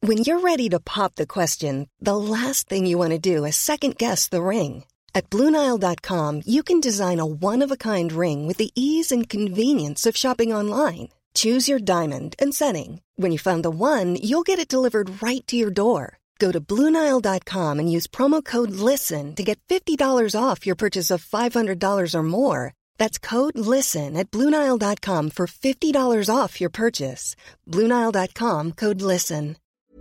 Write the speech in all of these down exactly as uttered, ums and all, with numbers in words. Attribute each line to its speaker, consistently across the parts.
Speaker 1: When you're ready to pop the question, the last thing you want to do is second-guess the ring. At Blue Nile dot com, you can design a one-of-a-kind ring with the ease and convenience of shopping online. Choose your diamond and setting. When you find the one, you'll get it delivered right to your door. Go to Blue Nile dot com and use promo code LISTEN to get fifty dollars off your purchase of five hundred dollars or more. That's code LISTEN at Blue Nile dot com for fifty dollars off your purchase. Blue Nile dot com, code LISTEN.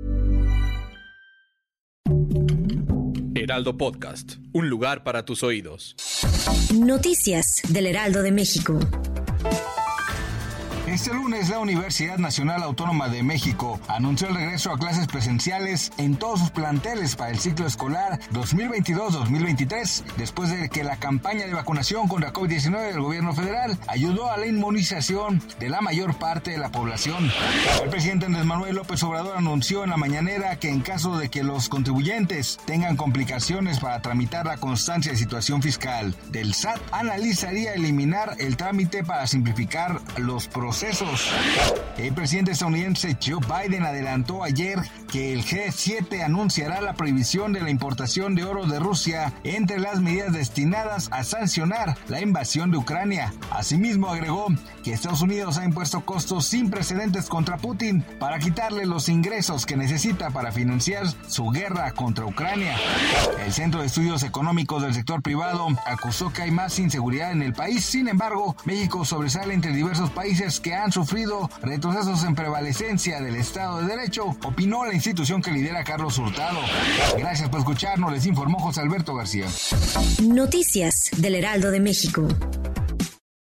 Speaker 2: Heraldo Podcast, un lugar para tus oídos.
Speaker 3: Noticias del Heraldo de México.
Speaker 4: Este lunes, la Universidad Nacional Autónoma de México anunció el regreso a clases presenciales en todos sus planteles para el ciclo escolar dos mil veintidós dos mil veintitrés, después de que la campaña de vacunación contra COVID diecinueve del gobierno federal ayudó a la inmunización de la mayor parte de la población. El presidente Andrés Manuel López Obrador anunció en la mañanera que en caso de que los contribuyentes tengan complicaciones para tramitar la constancia de situación fiscal del S A T, analizaría eliminar el trámite para simplificar los procesos. El presidente estadounidense Joe Biden adelantó ayer que el G siete anunciará la prohibición de la importación de oro de Rusia entre las medidas destinadas a sancionar la invasión de Ucrania. Asimismo, agregó que Estados Unidos ha impuesto costos sin precedentes contra Putin para quitarle los ingresos que necesita para financiar su guerra contra Ucrania. El Centro de Estudios Económicos del Sector Privado acusó que hay más inseguridad en el país. Sin embargo, México sobresale entre diversos países que han sufrido retrocesos en prevalecencia del Estado de Derecho, opinó la institución que lidera Carlos Hurtado. Gracias por escucharnos, les informó José Alberto García.
Speaker 3: Noticias del Heraldo de México.